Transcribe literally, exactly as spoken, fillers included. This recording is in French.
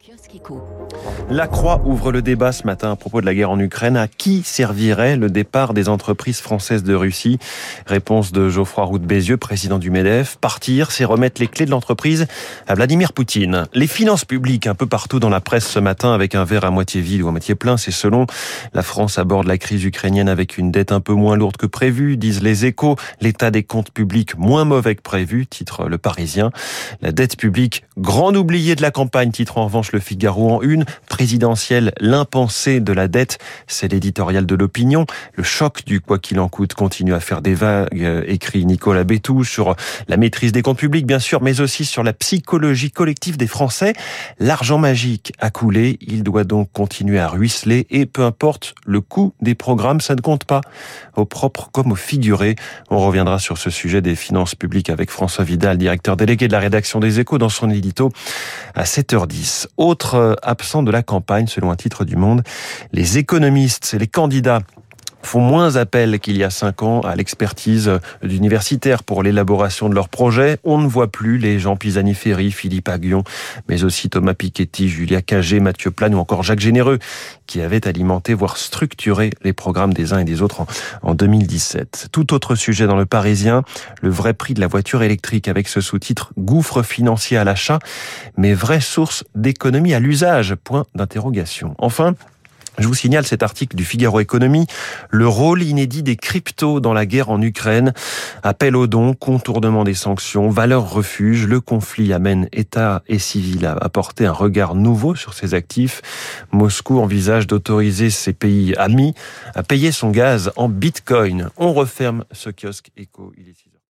Kiosque Éco. La Croix ouvre le débat ce matin à propos de la guerre en Ukraine. À qui servirait le départ des entreprises françaises de Russie? Réponse de Geoffroy Roux de Bézieux, président du MEDEF. Partir, c'est remettre les clés de l'entreprise à Vladimir Poutine. Les finances publiques un peu partout dans la presse ce matin avec un verre à moitié vide ou à moitié plein, c'est selon. La France aborde la crise ukrainienne avec une dette un peu moins lourde que prévu, disent les Échos. L'état des comptes publics moins mauvais que prévu, titre Le Parisien. La dette publique, grand oublié de la campagne, titre en revanche Le Figaro en une. Présidentielle, l'impensé de la dette, c'est l'éditorial de l'Opinion. Le choc du quoi qu'il en coûte continue à faire des vagues, écrit Nicolas Bétou, sur la maîtrise des comptes publics, bien sûr, mais aussi sur la psychologie collective des Français. L'argent magique a coulé, il doit donc continuer à ruisseler et peu importe le coût des programmes, ça ne compte pas, au propre comme au figuré. On reviendra sur ce sujet des finances publiques avec François Vidal, directeur délégué de la rédaction des Échos, dans son édito à sept heures dix. Autre absent de la campagne, selon un titre du Monde, les économistes et les candidats font moins appel qu'il y a cinq ans à l'expertise d'universitaires pour l'élaboration de leurs projets. On ne voit plus les Jean Pisani-Ferry, Philippe Aghion, mais aussi Thomas Piketty, Julia Cagé, Mathieu Plane ou encore Jacques Généreux, qui avaient alimenté, voire structuré les programmes des uns et des autres en, en deux mille dix-sept. Tout autre sujet dans Le Parisien, le vrai prix de la voiture électrique avec ce sous-titre « Gouffre financier à l'achat, mais vraie source d'économie à l'usage ?» Point d'interrogation. Enfin, je vous signale cet article du Figaro Économie, le rôle inédit des cryptos dans la guerre en Ukraine. Appel aux dons, contournement des sanctions, valeur refuge. Le conflit amène État et civils à apporter un regard nouveau sur ses actifs. Moscou envisage d'autoriser ses pays amis à payer son gaz en bitcoin. On referme ce kiosque éco. Il est six heures.